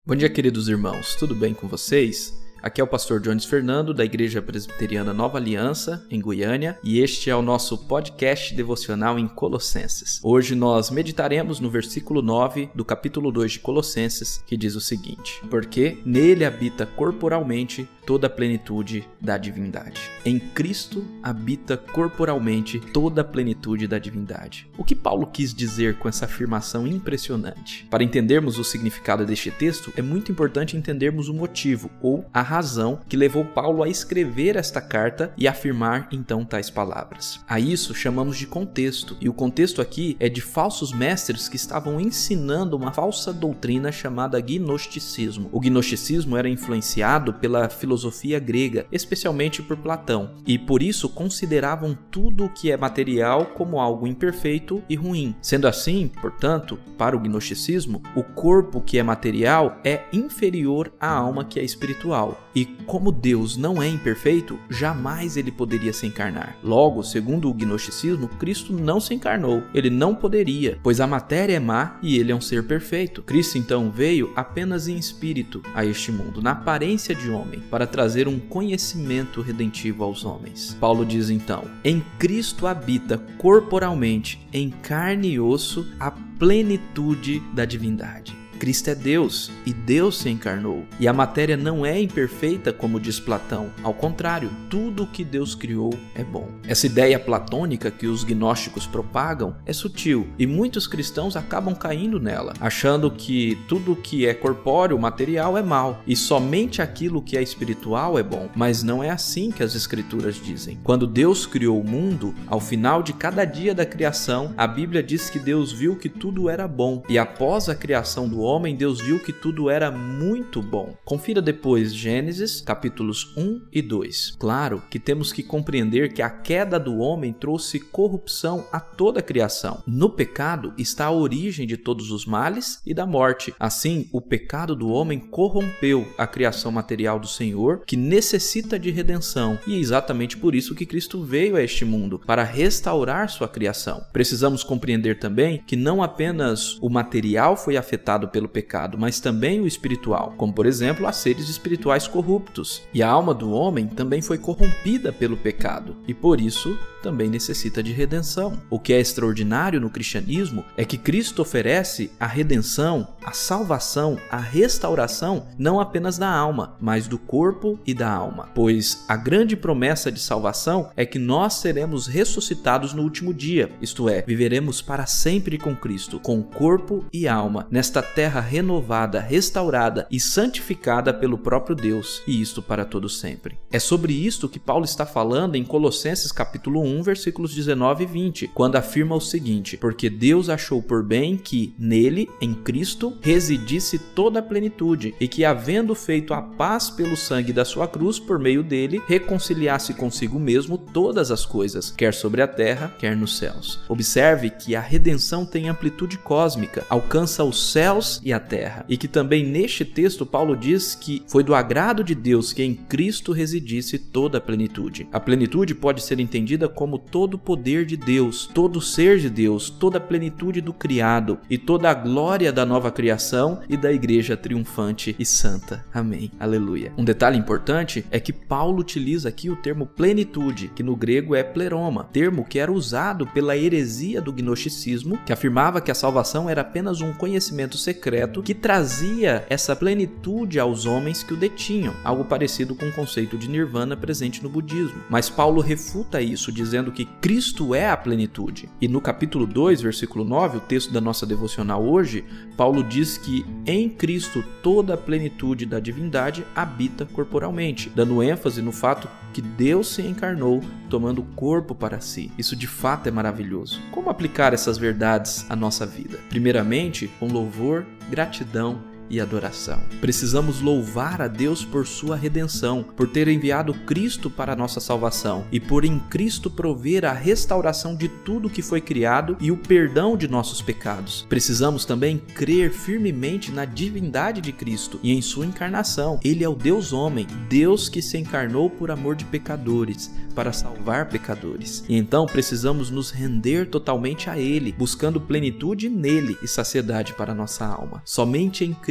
Bom dia, queridos irmãos, tudo bem com vocês? Aqui é o pastor Jones Fernando, da Igreja Presbiteriana Nova Aliança, em Goiânia, e este é o nosso podcast devocional em Colossenses. Hoje nós meditaremos no versículo 9 do capítulo 2 de Colossenses, que diz o seguinte: porque nele habita corporalmente toda a plenitude da divindade. Em Cristo habita corporalmente toda a plenitude da divindade. O que Paulo quis dizer com essa afirmação impressionante? Para entendermos o significado deste texto, é muito importante entendermos o motivo, ou a razão que levou Paulo a escrever esta carta e afirmar então tais palavras. A isso chamamos de contexto, e o contexto aqui é de falsos mestres que estavam ensinando uma falsa doutrina chamada gnosticismo. O gnosticismo era influenciado pela filosofia grega, especialmente por Platão, e por isso consideravam tudo o que é material como algo imperfeito e ruim. Sendo assim, portanto, para o gnosticismo, o corpo que é material é inferior à alma que é espiritual. E como Deus não é imperfeito, jamais ele poderia se encarnar. Logo, segundo o gnosticismo, Cristo não se encarnou. Ele não poderia, pois a matéria é má e ele é um ser perfeito. Cristo então veio apenas em espírito a este mundo, na aparência de homem, para trazer um conhecimento redentivo aos homens. Paulo diz então: em Cristo habita corporalmente, em carne e osso, a plenitude da divindade. Cristo é Deus, e Deus se encarnou. E a matéria não é imperfeita, como diz Platão. Ao contrário, tudo o que Deus criou é bom. Essa ideia platônica que os gnósticos propagam é sutil, e muitos cristãos acabam caindo nela, achando que tudo que é corpóreo, material, é mal, e somente aquilo que é espiritual é bom. Mas não é assim que as Escrituras dizem. Quando Deus criou o mundo, ao final de cada dia da criação, a Bíblia diz que Deus viu que tudo era bom, e após a criação do homem, Deus viu que tudo era muito bom. Confira depois Gênesis, capítulos 1 e 2. Claro que temos que compreender que a queda do homem trouxe corrupção a toda a criação. No pecado está a origem de todos os males e da morte. Assim, o pecado do homem corrompeu a criação material do Senhor, que necessita de redenção. E é exatamente por isso que Cristo veio a este mundo, para restaurar sua criação. Precisamos compreender também que não apenas o material foi afetado pelo pecado, mas também o espiritual, como por exemplo, há seres espirituais corruptos, e a alma do homem também foi corrompida pelo pecado, e por isso também necessita de redenção. O que é extraordinário no cristianismo é que Cristo oferece a redenção, a salvação, a restauração, não apenas da alma, mas do corpo e da alma, pois a grande promessa de salvação é que nós seremos ressuscitados no último dia, isto é, viveremos para sempre com Cristo, com corpo e alma, nesta terra renovada, restaurada e santificada pelo próprio Deus, e isto para todo sempre. É sobre isto que Paulo está falando em Colossenses capítulo 1, versículos 19 e 20, quando afirma o seguinte: porque Deus achou por bem que nele, em Cristo, residisse toda a plenitude, e que, havendo feito a paz pelo sangue da sua cruz, por meio dele, reconciliasse consigo mesmo todas as coisas, quer sobre a terra, quer nos céus. Observe que a redenção tem amplitude cósmica, alcança os céus e a terra, e que também neste texto Paulo diz que foi do agrado de Deus que em Cristo residisse toda a plenitude. A plenitude pode ser entendida como todo o poder de Deus, todo o ser de Deus, toda a plenitude do criado e toda a glória da nova criação e da igreja triunfante e santa. Amém. Aleluia. Um detalhe importante é que Paulo utiliza aqui o termo plenitude, que no grego é pleroma, termo que era usado pela heresia do gnosticismo, que afirmava que a salvação era apenas um conhecimento secreto que trazia essa plenitude aos homens que o detinham, algo parecido com o conceito de nirvana presente no budismo. Mas Paulo refuta isso, dizendo que Cristo é a plenitude. E no capítulo 2, versículo 9, o texto da nossa devocional hoje, Paulo diz que em Cristo toda a plenitude da divindade habita corporalmente, dando ênfase no fato que Deus se encarnou, tomando corpo para si. Isso de fato é maravilhoso. Como aplicar essas verdades à nossa vida? Primeiramente, com louvor, gratidão e adoração. Precisamos louvar a Deus por sua redenção, por ter enviado Cristo para a nossa salvação e por em Cristo prover a restauração de tudo que foi criado e o perdão de nossos pecados. Precisamos também crer firmemente na divindade de Cristo e em sua encarnação. Ele é o Deus homem, Deus que se encarnou por amor de pecadores, para salvar pecadores. E então precisamos nos render totalmente a Ele, buscando plenitude nele e saciedade para a nossa alma. Somente em Cristo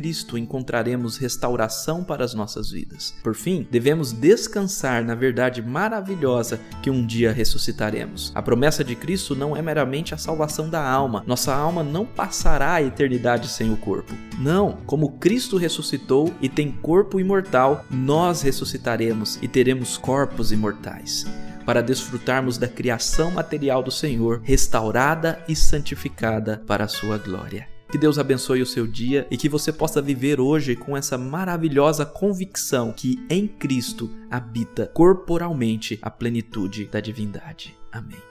Cristo encontraremos restauração para as nossas vidas. Por fim, devemos descansar na verdade maravilhosa que um dia ressuscitaremos. A promessa de Cristo não é meramente a salvação da alma. Nossa alma não passará a eternidade sem o corpo. Não, como Cristo ressuscitou e tem corpo imortal, nós ressuscitaremos e teremos corpos imortais, para desfrutarmos da criação material do Senhor, restaurada e santificada para a sua glória. Que Deus abençoe o seu dia e que você possa viver hoje com essa maravilhosa convicção que em Cristo habita corporalmente a plenitude da divindade. Amém.